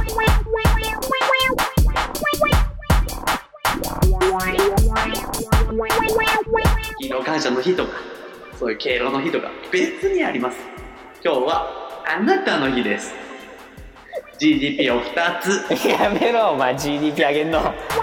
勤労感謝の日とか、そういう敬老の日とか別にあります。今日はあなたの日です。 GDP を2つ。 やめろお前 GDP 上げんの。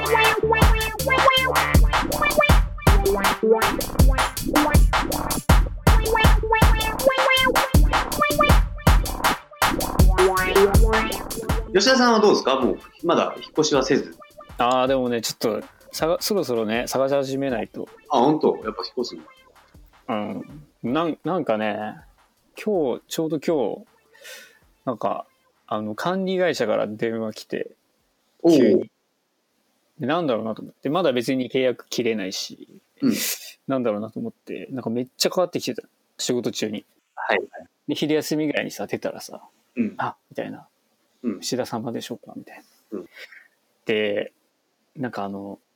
吉田さんはどうですか？もうまだ引っ越しはせず。 でもねちょっとそろそろね探し始めないと。 本当やっぱ引っ越すの？なんかねちょうど今日なんか管理会社から電話来て急にでなんだろうなと思ってまだ別に契約切れないし、なんだろうなと思ってなんかめっちゃ変わってきてた仕事中に。 はいはい。 で昼休みぐらいにさ出たらさ、みたいな、吉田様でしょうかみたいな、でなんか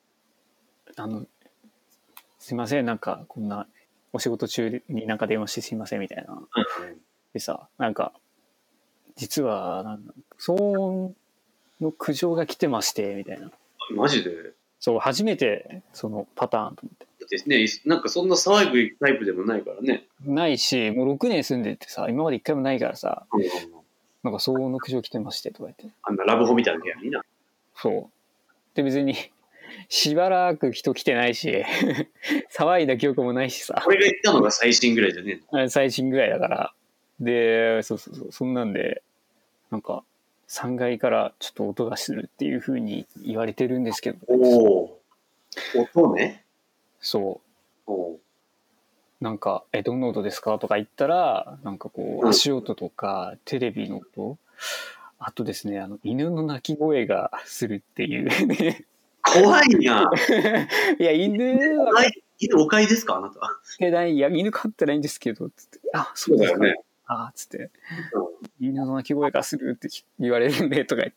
すいませんなんかこんなお仕事中になんか電話してすいませんみたいな、でさなんか実は騒音の苦情が来てましてみたいな。 マジで？ そう初めてそのパターンと思ってですね。なんかそんな騒ぐタイプでもないからね。 ないしもう6年住んでてさ今まで一回もないからさ、なんか騒音の苦情来てましてとか言ってあんなラブホみたいな部屋にな。 そうで別にしばらく人来てないし騒いだ記憶もないしさ。 俺が言ったのが最新ぐらいじゃねえの？ 最新ぐらいだからでそうそんなんでなんか3階からちょっと音がするっていう風に言われてるんですけど。 音ね。 そうなんかどんな音ですかとか言ったらなんかこう足音とかテレビの音、あとですね犬の鳴き声がするっていうね。 怖いな。 いや犬お飼いですかあなた？ いや犬飼ってないんですけどつってそうですかねつって、犬の鳴き声がするって言われるんでとか言って、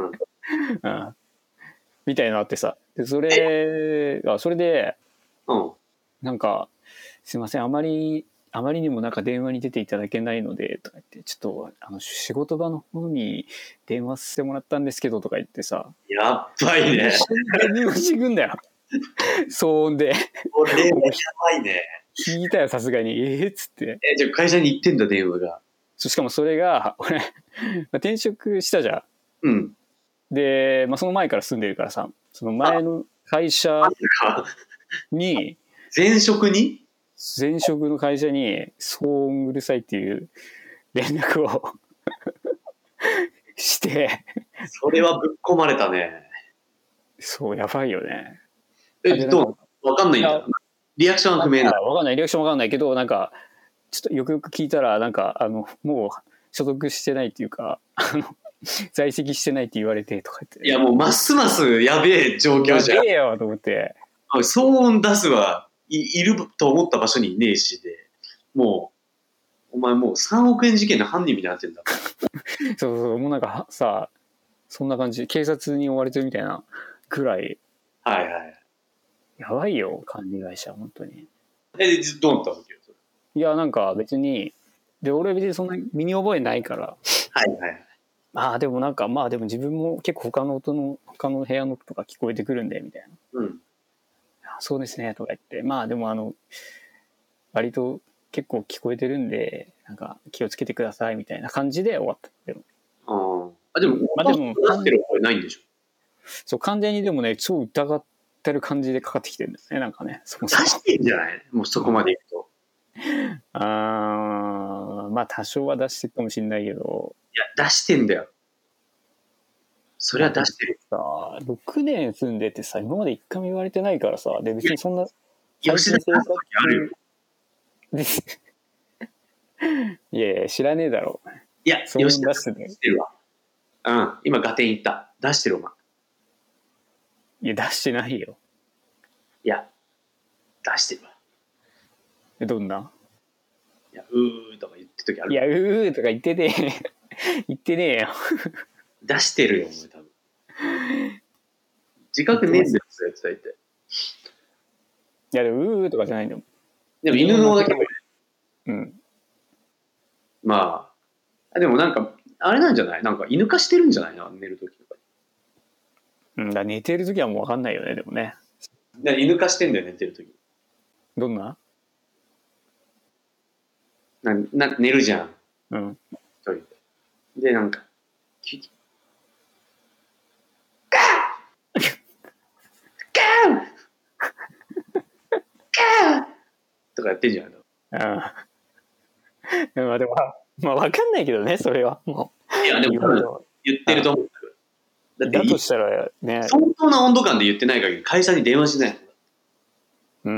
みたいなのあってさでそれで、なんかすいませんあまりにもなんか電話に出ていただけないのでとか言ってちょっと仕事場の方に電話してもらったんですけどとか言ってさ。 やっばいね。 電話してくんだよ騒音で。 これやばいね。 聞いたよさすがにっつってじゃあ会社に行ってんだ電話が。 しかもそれが俺転職したじゃん。で、その前から住んでるからさその前の会社に前職の会社に騒音うるさいっていう連絡をしてそれはぶっ込まれたね。 そうやばいよね。 どうわかんないんだ。リアクションは不明な。 わかんないリアクションわかんないけどなんかちょっとよくよく聞いたらなんかもう所属してないっていうか在籍してないって言われてとか言って。 いやもうますますやべえ状況じゃん。 やべえよと思って。 騒音出すはいると思った場所にいねえしで、もうお前もう3億円事件の犯人みたいになってんだ。 そうもうなんかさそんな感じ警察に追われてるみたいなぐらい。やばいよ管理会社本当に。 どうなったわけよ？ いやなんか別にで俺別にそんな身に覚えないから。でもなんかでも自分も結構他の部屋の音とか聞こえてくるんでみたいな。そうですねとか言ってでも割と結構聞こえてるんでなんか気をつけてくださいみたいな感じで終わった。でも出してる声ないんでしょ？そう完全にでもね超疑ってる感じでかかってきてるんですねなんかね。 出してんじゃない？もうそこまでいくと。 多少は出してるかもしれないけど。 いや出してんだよ。それは出してる。 さ6年住んでてさ今まで一回も言われてないからさで別にそんな吉田さんの時あるよ。 いや知らねえだろ。 いや吉田さん出してるわ。今ガテン言った出してるお前。 いや出してないよ。 いや出してるわ。 どんな？ いやうーとか言ってる時ある。 いやうーとか言ってね言ってねえよ。 出してるよお前多分。自覚ねえんだよそうやって言って。 いやでもうーとかじゃないんだもん。 でも犬のだけもうん。 でもなんかあれなんじゃない？なんか犬化してるんじゃないの？寝るときとか。 だ寝てるときはもう分かんないよね、でもね。 犬化してんだよ、寝てるとき。 どんな？ 寝るじゃん。 うん。 一人で。で、なんか、キュッガーとかやってんじゃん。 まあでも、まあ分かんないけどね、それは。もういや、でも多分言ってると思う。 だとしたらね。 相当な温度感で言ってない限り会社に電話しない。 うん。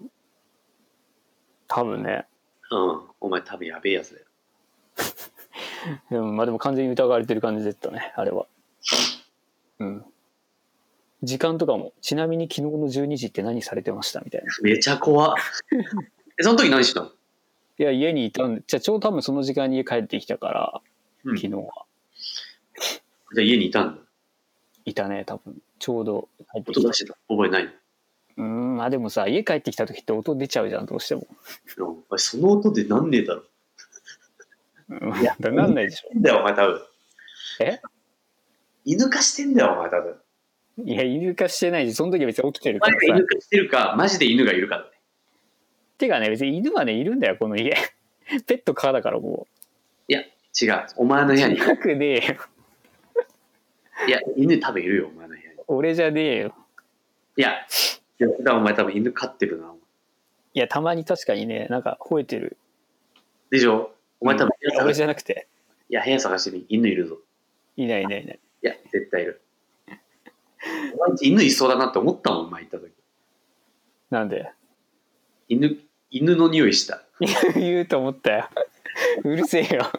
多分ね。 うん。お前多分やべえやつだよ。 でもまあでも完全に疑われてる感じだったね、あれは。うん。時間とかも、ちなみに昨日の12時って何されてましたみたいな。 めちゃ怖っ。その時何したの？ いや、家にいたんで、ちょうど多分その時間に家帰ってきたから、昨日は。 じゃあ家にいたんだ。 いたね、多分。ちょうど帰ってきた。音出してた？覚えないの？ まあでもさ、家帰ってきた時って音出ちゃうじゃん、どうしても。 その音でなんねえだろ。 いや、なんないでしょ。 んだよ、お前多分。 え？ 犬化してんだよ、お前多分。 いや、犬化してないし、その時は別に起きてるからさ。 犬化してるか、マジで犬がいるからね。 てかね、別に犬はね、いるんだよ、この家。ペット可だから、もう。 いや、違う。お前の部屋に。 近くねえよ。 いや、犬多分いるよ、お前の部屋に。 俺じゃねえよ。 いや、お前多分犬飼ってるな。 いや、たまに確かにね、なんか吠えてる。 でしょ？お前多分俺じゃなくて。 いや、部屋探してみ。犬いるぞ。 いないいないいない。 いや、絶対いる。お前犬いそうだなって思ったもん、前行った時。 なんで？ 犬の匂いした。 言うと思ったよ。うるせえよ。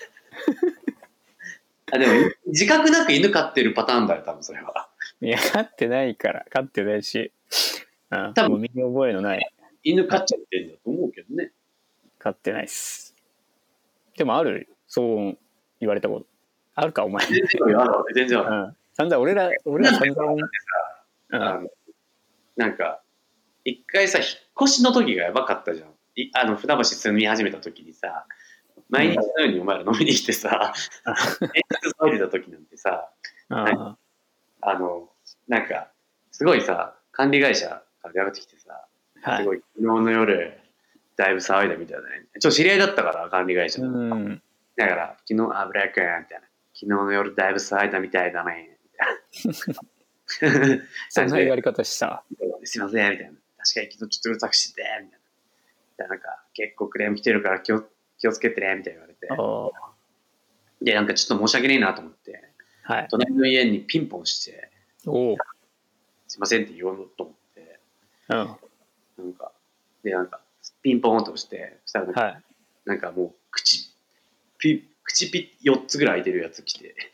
でも、自覚なく犬飼ってるパターンだよ、多分それは。 いや、飼ってないから、飼ってないし。多分身に覚えのない。 犬飼っちゃってんだと思うけどね。 飼ってないっす。でもある？そう言われたこと。あるか、お前。 全然ある。全然ある。 散々俺ら散々 なんか、一回さ、引っ越しの時がやばかったじゃん。船橋住み始めた時にさ、毎日のようにお前ら飲みに来てさ、演出騒いでた時なんてさ、なんか、すごいさ、管理会社から電話がってきてさ、すごい昨日の夜、だいぶ騒いだみたいだね。ちょっと知り合いだったから、管理会社の。だから、昨日、ブラックみたいな。昨日の夜だいぶ騒いだみたいだね。みたいな。 そんな言われ方した。 すいません、みたいな。確かに昨日ちょっとうるさくしてて、みたいな。なんか、結構クレーム来てるから気をつけてね、みたいな言われて。で、なんかちょっと申し訳ねえなと思って、隣の家にピンポンして、すいませんって言おうと思って、なんか、ピンポンと押して、そしたらなんかもう、口ピ4つぐらい開いてるやつ来て。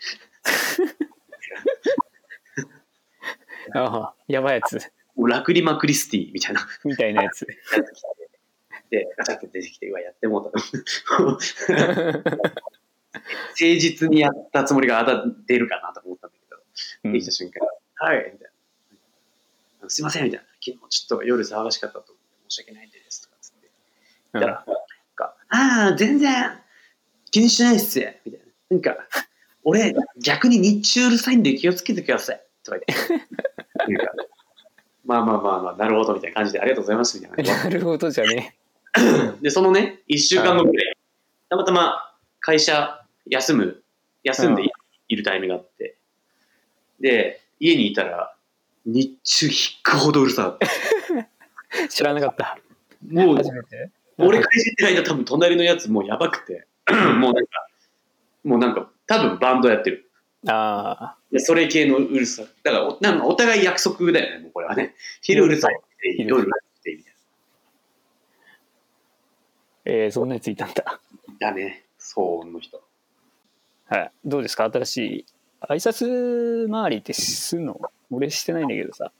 やばいやつ。 ラクリマクリスティみたいな。 みたいなやつ。 で、ガチャって出てきて、やってもうた。誠実にやったつもりが出るかなと思ったんだけど、できた瞬間、はい、みたいな。すいません、みたいな。昨日ちょっと夜騒がしかったと思って申し訳ないんですとかつって。全然気にしないっすよ、みたいな。なんか、俺、逆に日中うるさいんで気をつけてください、とか言って。なんかまあ、なるほど、みたいな感じで、ありがとうございます、みたいな。 なるほどじゃね。 で、そのね、1週間後くらい、たまたま会社休んでいるタイミングがあって、で、家にいたら、日中引くほどうるさかった。 知らなかった。 もう、俺会社行ってる間、多分隣のやつもうやばくて、もうなんか、多分バンドやってる。それ系のうるさ。だからなんかお互い約束だよね、もうこれはね。昼うるさいって、夜うるさいってみたいな。 そんなやついたんだ。 だね、騒音の人。 はい。どうですか、新しい挨拶回りってすんの？俺してないんだけどさ。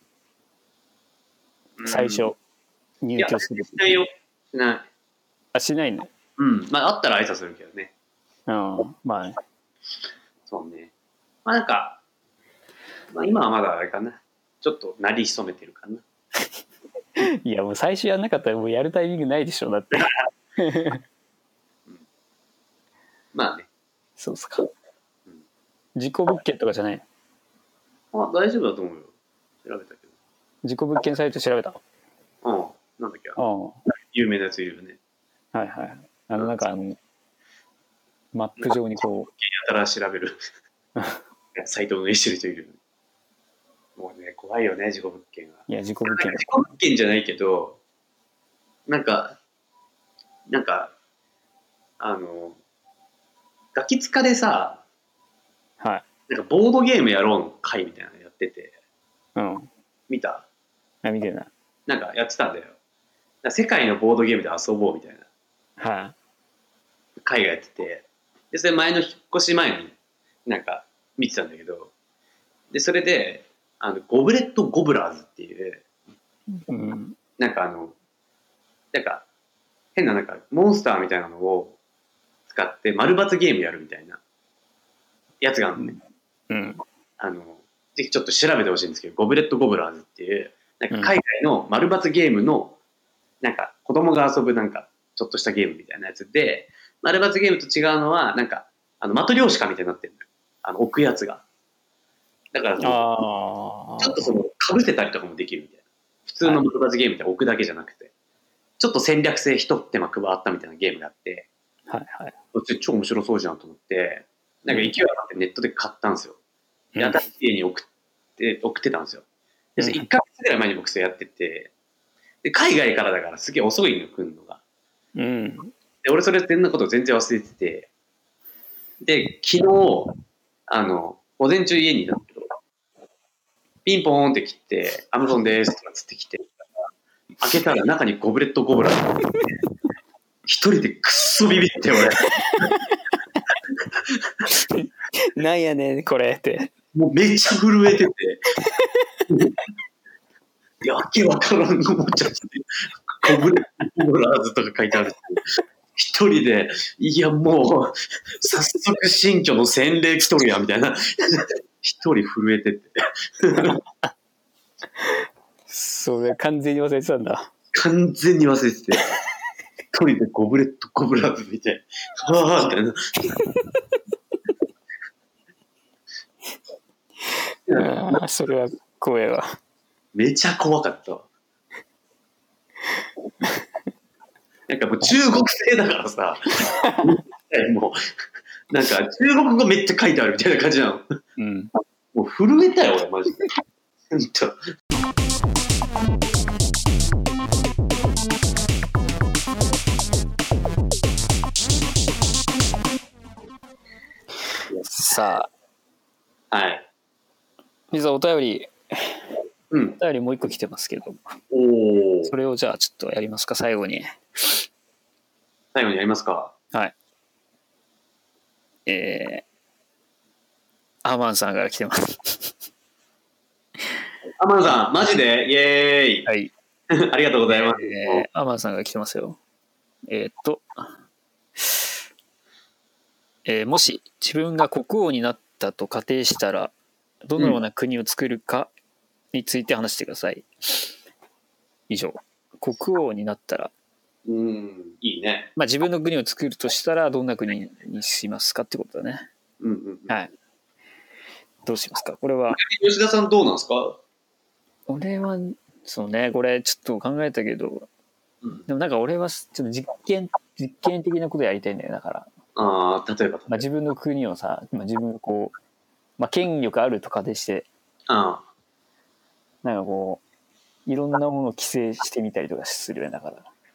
最初入居する。 しないよ。しない。 しないね。 まああったら挨拶するけどね。 まあね。 そうね。まあなんか、今はまだあれかな。ちょっと鳴り潜めてるかな。 いやもう最初やんなかったらもうやるタイミングないでしょ、だって。 まあね。 そうっすか。 事故物件とかじゃない？ あ、大丈夫だと思うよ。調べたけど。 事故物件サイト調べた？ うん。なんだっけ。有名なやついるよね。 はいはい。なんかマップ上にこう。 やたら調べるサイトを運営してる人いる。もうね、怖いよね、事故物件は。 いや、事故物件。 事故物件じゃないけど、なんか、ガキ使でさ、 はい。 なんかボードゲームやろうの会みたいなのやってて。 うん。 見た？ 見てない。 なんかやってたんだよ。世界のボードゲームで遊ぼうみたいな。 はい。 会がやってて。で、それ前の引っ越し前になんか見てたんだけど、で、それで、ゴブレット・ゴブラーズっていう、 うん、 なんか変なモンスターみたいなのを使って丸抜ゲームやるみたいなやつがあるのね。 うん。 ぜひちょっと調べてほしいんですけど、ゴブレット・ゴブラーズっていう、なんか海外の丸抜ゲームの、なんか子供が遊ぶなんかちょっとしたゲームみたいなやつで、丸抜ゲームと違うのは、なんか、マトリョーシカみたいになってるのよ。置くやつが。だから、ちょっと被せたりとかもできるみたいな。普通の丸抜ゲームって置くだけじゃなくて、ちょっと戦略性一手間加わったみたいなゲームがあって、 はいはい。 超面白そうじゃんと思って、なんか勢いがあってネットで買ったんですよ。で、新しい家に送ってたんですよ。で、1ヶ月ぐらい前に僕それやってて、で、海外からだからすげえ遅いの来るのが。 うん。 で、俺それのこと全然忘れてて、で、昨日、午前中家にいたんだけど、ピンポーンって切って、アマゾンですとかつってきて、開けたら中にゴブレットゴブラーがあって、一人でくっそビビって俺。 なんやねんこれって。 もうめっちゃ震えてて、わけわからんの思っちゃって、ゴブレットゴブラーズとか書いてある。一人で、いやもう、早速新居の洗礼来とるや、みたいな。一人震えてて。 それ完全に忘れてたんだ。 完全に忘れてて。一人でゴブレットゴブラーズ見て、はぁみたいな。それは怖いわ。 めちゃ怖かったわ。なんかもう中国製だからさ、もう、なんか中国語めっちゃ書いてあるみたいな感じなの。 うん。 もう震えたよ、俺、マジで。ほんと。 さあ。はい。 実はお便り、 うん。 お便りもう一個来てますけど。 おお。 それをじゃあちょっとやりますか、最後に。 最後にやりますか。 はい。アマンさんから来てます。 アマンさん、マジでイエーイ。 はい。 ありがとうございます。 アマンさんが来てますよ。もし自分が国王になったと仮定したら、どのような国を作るかについて話してください。以上。国王になったら。 いいね。 まあ自分の国を作るとしたら、どんな国にしますかってことだね。はい。どうしますかこれは。 吉田さんどうなんですか？ 俺は、そうね、これちょっと考えたけど、でもなんか俺はちょっと実験的なことやりたいんだよ、だから。 例えば。 まあ自分の国をさ、自分がこう、まあ権力あると仮定して、なんかこう、いろんなものを規制してみたりとかするよね、だから。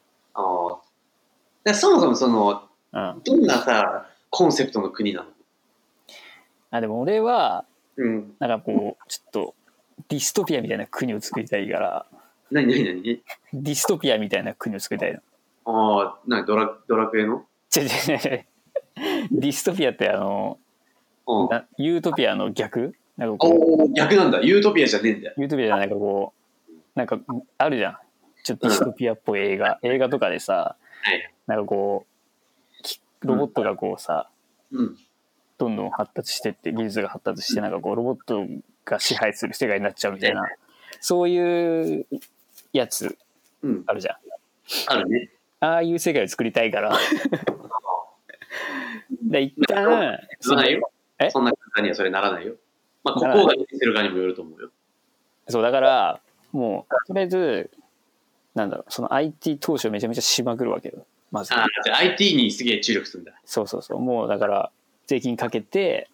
そもそもどんなさ、コンセプトの国なの？ でも俺は、なんかこう、ちょっと、ディストピアみたいな国を作りたいから。 何ディストピアみたいな国を作りたいの。 ドラクエの？ ディストピアってユートピアの逆？なんかこう逆なんだ。ユートピアじゃねえんだよ。 ユートピアじゃないかこう、なんかあるじゃん。ちょっとディストピアっぽい映画とかでさ、なんかこう、ロボットがこうさ、どんどん発達してって、技術が発達して、なんかこう、ロボットが支配する世界になっちゃうみたいな、そういうやつあるじゃん。 あるね。 ああいう世界を作りたいから。で、一旦、 そんなかにはそれならないよ。まあ、国王が言ってるかにもよると思うよ。 そう、だから、もう、とりあえず、なんだろう、その IT 投資をめちゃめちゃしまくるわけよ。まず。 じゃあ IT にすげえ注力するんだ。 そうそうそう。もうだから、税金かけて、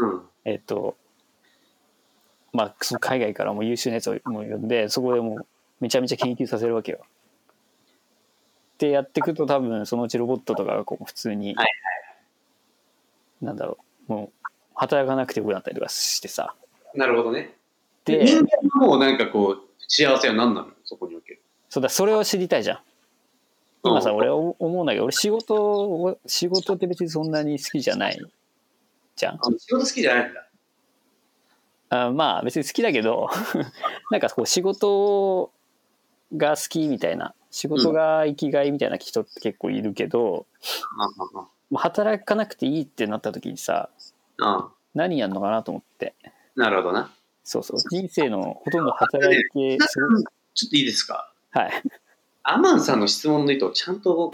まあ、その海外からも優秀なやつをもう呼んで、そこでもうめちゃめちゃ研究させるわけよ。でやっていくと多分そのうちロボットとかがこう普通に、なんだろう、もう働かなくてよくなったりとかしてさ。 なるほどね。で、人間もなんかこう幸せは何なのそこにおける。 そうだ、それを知りたいじゃん。今さ、俺思うんだけど、俺仕事って別にそんなに好きじゃないじゃん。 仕事好きじゃないんだ。 まあ別に好きだけどなんかこう仕事が好きみたいな、仕事が生きがいみたいな人って結構いるけど、もう働かなくていいってなった時にさ、何やんのかなと思って。 なるほどな。 そうそう、人生のほとんど働いて、 ちょっといいですか。 はい。 アマンさんの質問の意図をちゃんと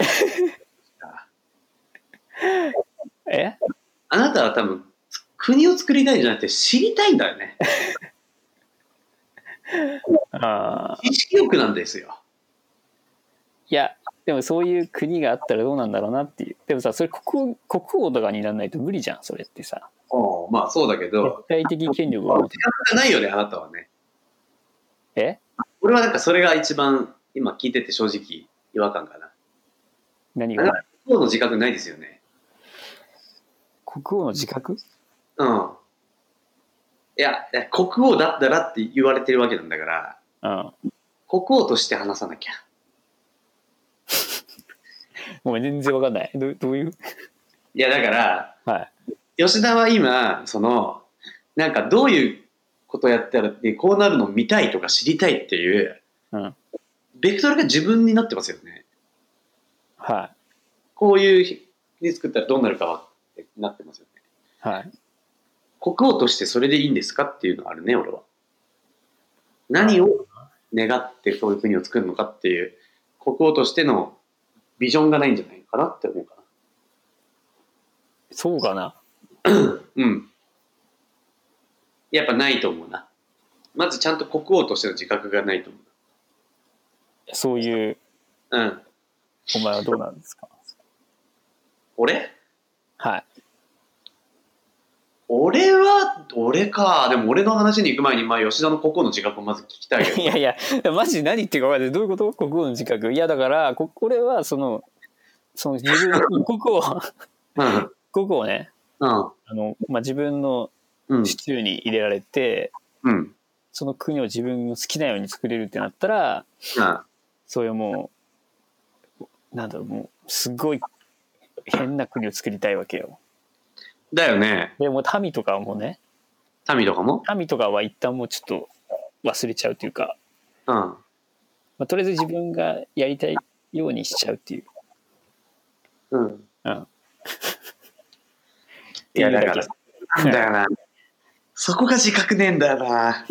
あなたは多分国を作りたいんじゃなくて知りたいんだよね。知識欲なんですよ。 いやでもそういう国があったらどうなんだろうなっていう。でもさ、それ国王とかにならないと無理じゃん、それってさ。 まあそうだけど、 絶対的権力を持ってないよね、あなたはね。 俺はなんかそれが一番今聞いてて正直違和感かな。 何が？ 国王の自覚ないですよね。 国王の自覚？ いや国王だったらって言われてるわけなんだから、国王として話さなきゃ。 もう全然わかんない。どういう？ いやだから、吉田は今そのなんかどういうことやったらこうなるのを見たいとか知りたいっていう、ベクトルが自分になってますよね。こういうに作ったらどうなるかはってなってますよね。国王としてそれでいいんですかっていうのがあるね、俺は。何を願ってそういう国を作るのかっていう国王としてのビジョンがないんじゃないかなって思うかな。 そうかな。 やっぱないと思うな。まずちゃんと国王としての自覚がないと思う。 そういう、お前はどうなんですか？ 俺？俺か。でも俺の話に行く前に、吉田の国王の自覚をまず聞きたいけど。 いや、マジ何言ってるか分かんない。どういうこと？国王の自覚。いや、だから、これはその自分の国王ね。自分の手中に入れられて、その国を自分の好きなように作れるってなったら、そういうもう、なんだろう、もう、すごい変な国を作りたいわけよ。 だよね。 でも民とかもね。 民とかは一旦もうちょっと忘れちゃうというか、とりあえず自分がやりたいようにしちゃうっていう。 いやだからなんだよな。そこが自覚ねえんだよな。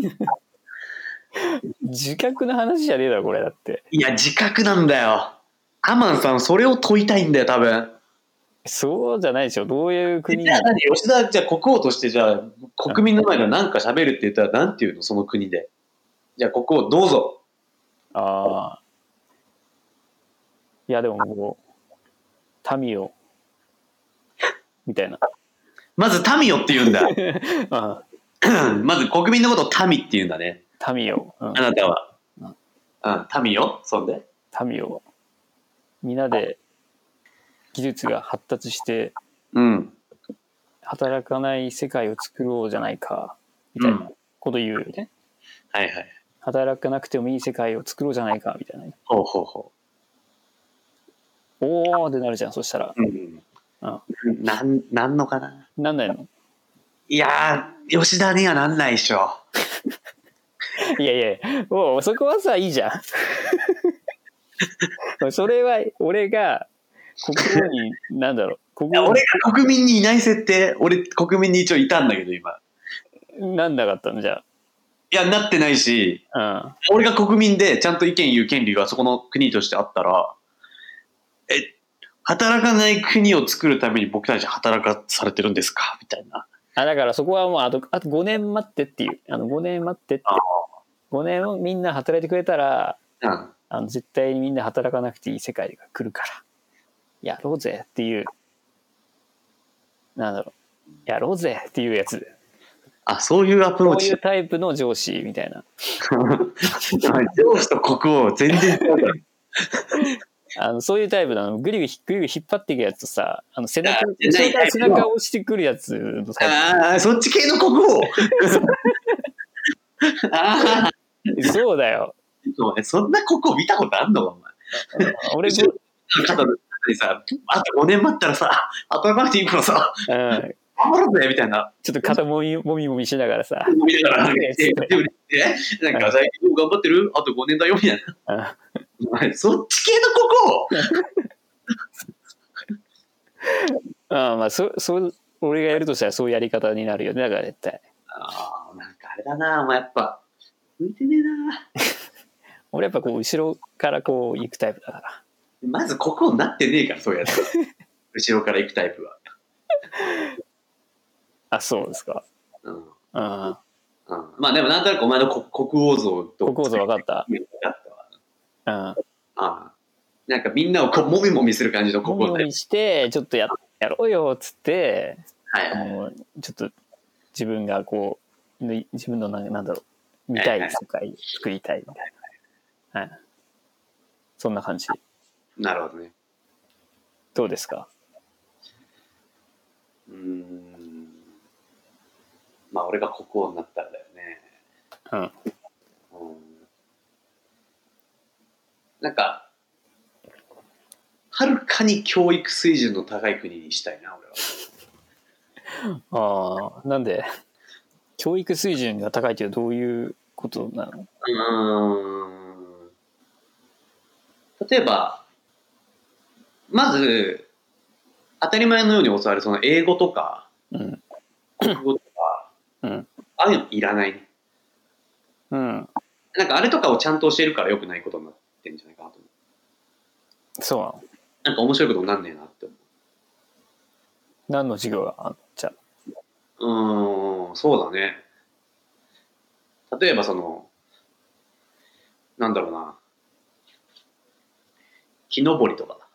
自覚の話じゃねえだろこれだって。 いや自覚なんだよ。アマンさんそれを問いたいんだよ多分。 そうじゃないでしょ。どういう国に。 吉田じゃあ国王としてじゃあ国民の前で何か喋るって言ったら何て言うのその国で。じゃあ国王どうぞ。 いやでももう民よみたいな。 まず民よって言うんだ。まず国民のことを民って言うんだね。 民よ。 あなたは。民よ。そんで。 民よ。みんなで技術が発達して、働かない世界を作ろうじゃないかみたいなこと言うよね。働かなくてもいい世界を作ろうじゃないかみたいな。おーってなるじゃん。そしたら。 なんのかな。 なんないの？ いやー吉田にはなんないでしょ。 いやもうそこはさいいじゃん。それは俺が国王になんだろう。 俺が国民にいない設定。俺国民に一応いたんだけど今。 なんなかったのじゃあ。 いやなってないし、俺が国民でちゃんと意見言う権利がそこの国としてあったら、働かない国を作るために僕たち働かされてるんですかみたいな。 だからそこはもうあと5年待ってっていう、5年待ってって、5年をみんな働いてくれたら、絶対にみんな働かなくていい世界が来るからやろうぜっていう、なんだろう、やろうぜっていうやつ。 そういうアプローチ。 そういうタイプの上司みたいな。 上司と国王全然違うから。 そういうタイプのぐりぐり引っ張っていくやつとさ、背中を押してくるやつのタイプ。そっち系の国王。 そうだよ。 そんな国王見たことあんのお前。俺肩にさ、あと5年待ったらさ、働かなくていいからさ、頑張ろうぜみたいな。 ちょっと肩もみしながらさ。 もみながら、なんか最近頑張ってる？あと5年だよみたいな。そっち系の国王。俺がやるとしたらそういうやり方になるよね、だから絶対。 なんかあれだな、お前やっぱ向いてねえな。 俺やっぱこう後ろからこう行くタイプだから。 まず国王になってねえから、そうやって後ろから行くタイプは。 そうですか。 まあでもなんとなくお前の国王像と国王像分かった。 なんかみんなをこうもみもみする感じの国王もみもみしてちょっとやろうよっつって、ちょっと自分がこう自分のなんだろう見たい世界作りたいみたいな、そんな感じ。 なるほどね。 どうですか？ まあ俺が国王になったらだよね。なんかはるかに教育水準の高い国にしたいな俺は。なんで教育水準が高いってどういうことなの？ 例えばまず当たり前のように教わるその英語とか、国語とか、ああいうのいらないね。なんかあれとかをちゃんと教えるから良くないことになってんじゃないかなと思う。 そうなの？ なんか面白いことになんねえなって思う。 何の授業があっちゃう？ そうだね。例えばそのなんだろうな、木登りとかだ。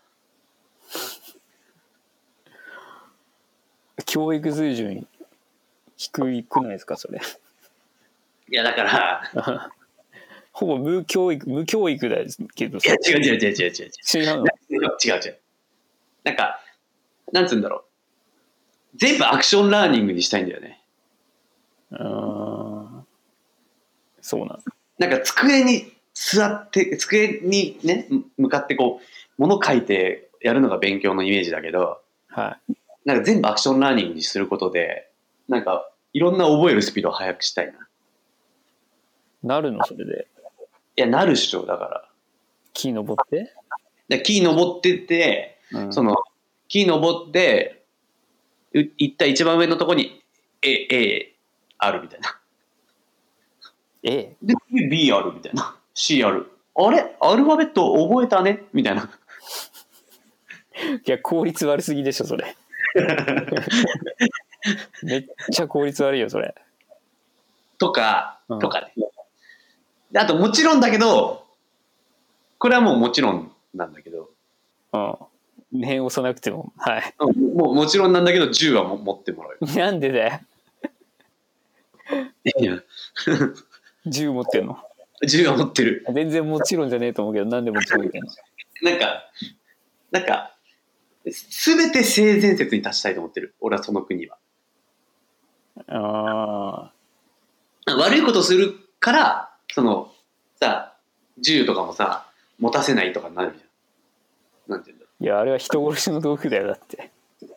教育水準低くないですかそれ？ いやだからほぼ無教育だけど。 いや違う。違うの？なんかなんつうんだろう。全部アクションラーニングにしたいんだよね。 そうなの？ なんか机に座って机にね向かってこう物書いてやるのが勉強のイメージだけど、なんか全部アクションラーニングにすることでなんかいろんな覚えるスピードを速くしたいな。 なるのそれで？ いやなるっしょ。だから木登ってて、その木登って行った一番上のところに A あるみたいな。で B あるみたいな。C ある。あれアルファベット覚えたねみたいな。 いや効率悪すぎでしょそれ。めっちゃ効率悪いよそれ。 とかね。あともちろんだけどこれはもちろんなんだけど。 念押さなくてももちろんなんだけど銃は持ってもらうよ。 なんでだよ。銃持ってんの？ 銃は持ってる。 全然もちろんじゃねえと思うけどなんでもちろんってんの？ なんか全て性善説に達したいと思ってる俺はその国は。悪いことするからそのさ銃とかもさ持たせないとかになるじゃん。なんていうんだろう。 いやあれは人殺しの道具だよだって。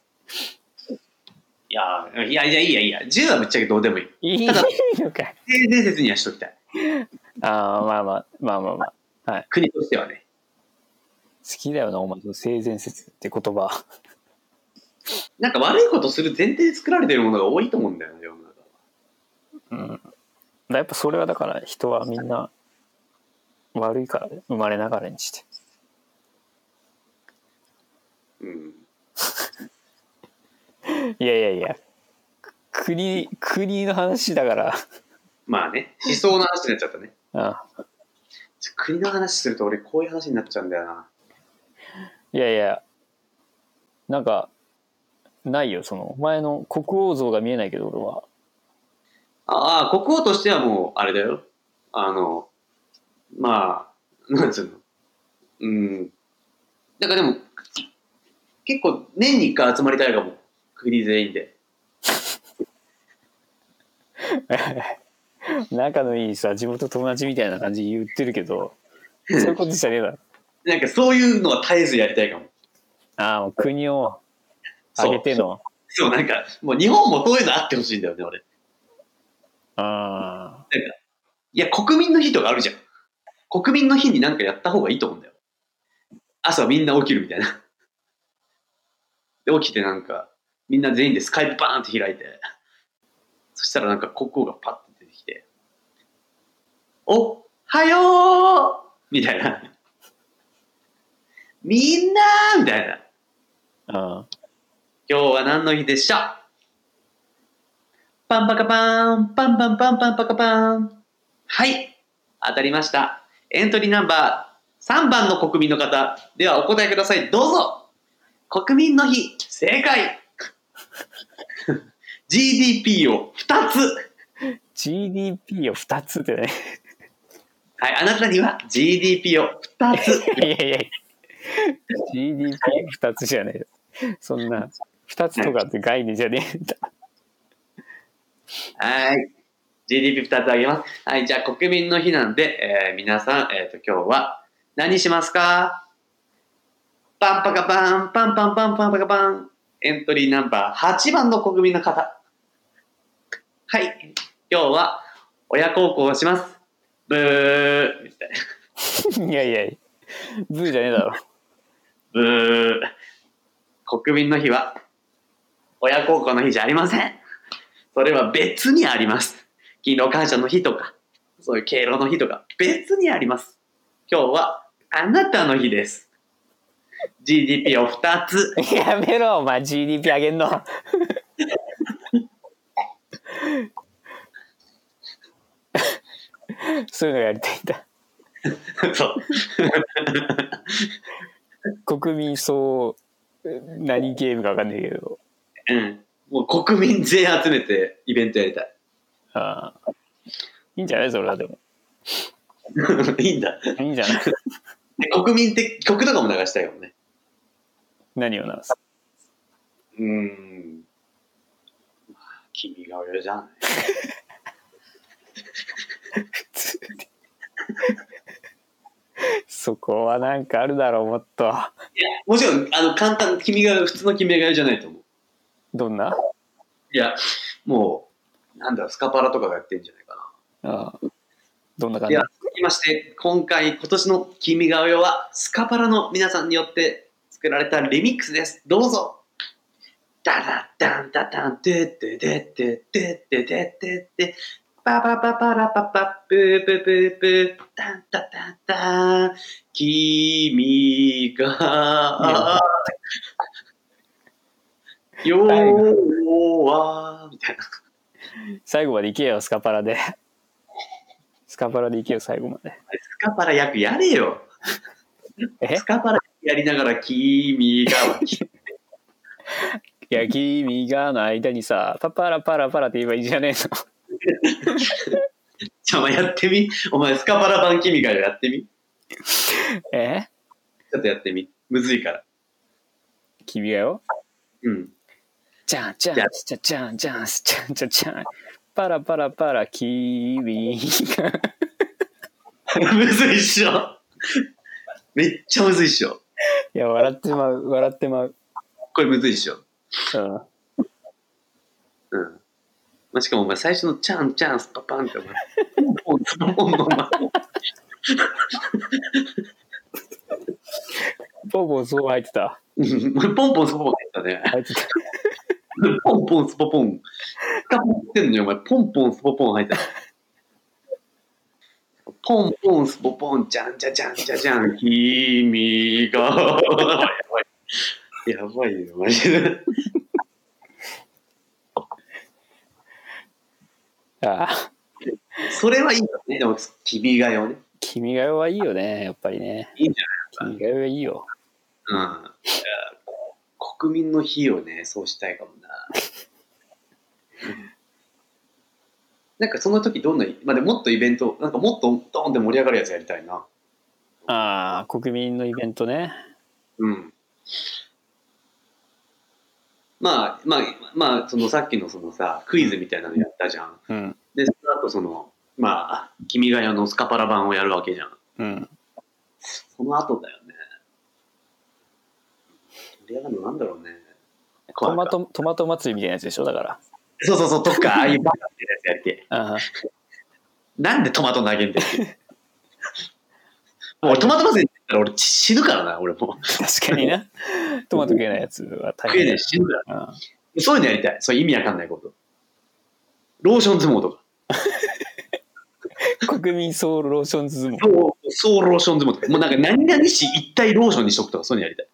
いや銃はぶっちゃけどうでもいい。ただのかい。 性善説にはしときたい。 まあ国としてはね。 好きだよなお前性善説って言葉。 なんか悪いことする前提で作られてるものが多いと思うんだよね世の中は。 やっぱそれはだから人はみんな悪いから生まれながらにして。いや国の話だから。 まあね、思想の話になっちゃったね。 ああ、 国の話すると俺こういう話になっちゃうんだよな。 いやいや、なんかないよ、そのお前の国王像が見えないけど俺は。 ああ、国王としてはもうあれだよ。まあなんつうの、なんかでも結構年に1回集まりたいかも、国全員で。 仲のいいさ、地元友達みたいな感じ言ってるけど、そういうことじゃねえだろ。 なんかそういうのは絶えずやりたいかも。 ああ、もう国を挙げての。 そう、なんかもう日本もそういうのあってほしいんだよね、俺。 ああ。 なんか、いや、国民の日とかあるじゃん。国民の日になんかやった方がいいと思うんだよ。朝みんな起きるみたいな。で、起きてなんか、みんな全員でスカイプバーンって開いて、そしたらなんか国王がパッて出てきて、おはようみたいな。みんなみたいな。 ああ。 今日は何の日でしょう。パンパカパン、パンパンパンパンパカパン。はい、当たりました。エントリーナンバー3番の国民の方、ではお答えください。どうぞ。国民の日、正解。GDP を2つ。 GDP を2つってね。 はい、あなたには GDP を2つ。 いやいや、GDP2 つじゃないよ。そんな2つとかって概念じゃねえんだ。 はい、GDP2 つあげます。はい、じゃあ国民の日なんで、皆さん、今日は何しますか？パンパカパン、パンパンパンパンパカパン。エントリーナンバー8番の国民の方。はい、今日は親孝行をします。ブーみたいな。 いやいや、ブーじゃねえだろ。 ブー。国民の日は親孝行の日じゃありません。それは別にあります。勤労感謝の日とか、そういう敬老の日とか別にあります。今日はあなたの日です。GDP を2つ。 やめろお前、 GDP 上げんの。そういうのやりたいんだ。 そう。 国民総何ゲームか分かんないけど。 うん。もう国民全員集めてイベントやりたい。 ああ。いいんじゃないそれはでも。 いいんだ。 いいんじゃない。 国民って曲とかも流したいよね。 何を流す？ 君が親じゃん。 普通に。そこはなんかあるだろう、もっと。いや、 もちろん簡単、君が普通の君が親じゃないと思う。 どんな？ いや、もうなんだスカパラとかがやってんじゃないかな。 ああ、どんな感じ？ いや、続きまして今年の君が親はスカパラの皆さんによって作られたリミックスです。どうぞ。ダダダンダダンデッデデッデデッデデッデッデパパパパラパパプープープープーダンダダンダン君がよはみたいな。 最後まで行けよ、スカパラで。スカパラで行けよ、最後まで。 スカパラ役やれよ。スカパラやりながら君がいや、君がの間にさ、パパラパラパラって言えばいいじゃねえの。 お前やってみ。お前スカパラ版君がやってみ。ちょっとやってみ。むずいから。 君がよ。 うん。 じゃんじゃんじゃんじゃんじゃんじゃんじゃんじゃんパラパラパラ君が。 むずいっしょ。めっちゃむずいっしょ。 いや、笑ってまう。 これむずいっしょ。 うん。 まあ、しかもお前最初のチャンチャンスパパンってお前ポンポンポンの前ポンポンそう入ってた。 ポンポンスポポン入ったね。 入ってた。 ポンポンスポポン。使ってんのよお前。ポンポンスポポン入った。ポンポンスポポンじゃんじゃじゃんじゃじゃん君がやばいよマジで。 あそれはいいよね。でも君が代ね。 君が代はいいよね、やっぱりね。 いいんじゃない君が代はいいよ。 うん。国民の日をね、そうしたいかもな。なんかその時どんな、まあ、でももっとイベント、なんかもっとドーンって盛り上がるやつやりたいな。 ああ、国民のイベントね。 うん。まあ、そのさっきのそのさ、クイズみたいなのやったじゃん。 うん。 で、その後その、まあ、君が代のスカパラ版をやるわけじゃん。 うん。 その後だよね。盛り上がるのなんだろうね。 トマト祭りみたいなやつでしょ、だから。 そう、とか、ああいうバカってやつやりて。なんでトマト投げんだよ。俺トマト祭りって言ったら俺死ぬからな、俺も。 確かにな。トマト食えないやつは大変。 食えない死ぬから。そういうのやりたい。そういう意味わかんないこと。ローション相撲とか。 国民総ローション相撲。 総ローション相撲とか。もうなんか何々市一体ローションにしとくとか、そういうのやりたい。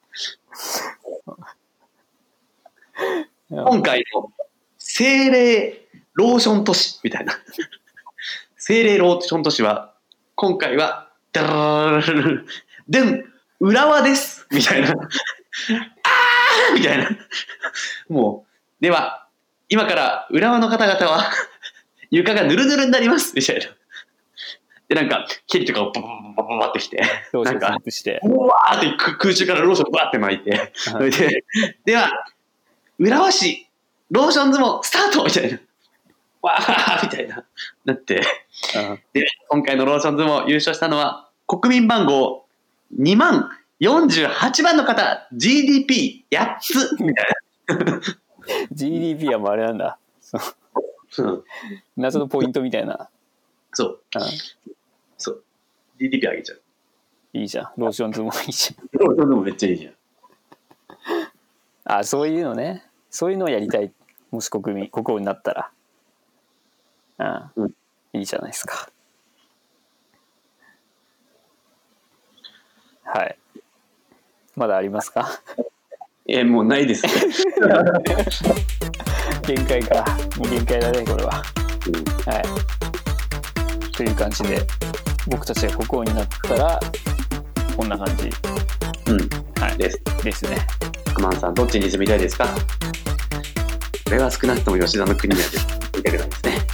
今回の精霊ローション都市みたいな。精霊ローション都市は、今回は、でん、浦和ですみたいな。あーみたいな。もう、では、今から浦和の方々は、床がぬるぬるになりますみたいな。で、なんか、ケリとかをバババババってきて、なんか、うわーって空中からローションバーって巻いて、では、浦和市、ローション相撲スタートみたいな。わーみたいな。なって。で、今回のローション相撲優勝したのは、国民番号2万48番の方、GDP8 つみたいな。 GDP はもうあれなんだ。謎のポイントみたいな。 そう。そう。GDP 上げちゃう。 いいじゃん。ローション相撲いいじゃん。 ローション相撲めっちゃいいじゃん。そういうのね。そういうのをやりたい。もし国王になったら。いいじゃないですか。はい。まだありますか？ もうないです。 限界か。もう限界だね、これは。はい。という感じで、僕たちが国王になったら、こんな感じ。 はい。 ですね。 福満さん、どっちに住みたいですか？これは少なくとも吉田の国には住みたくないですね。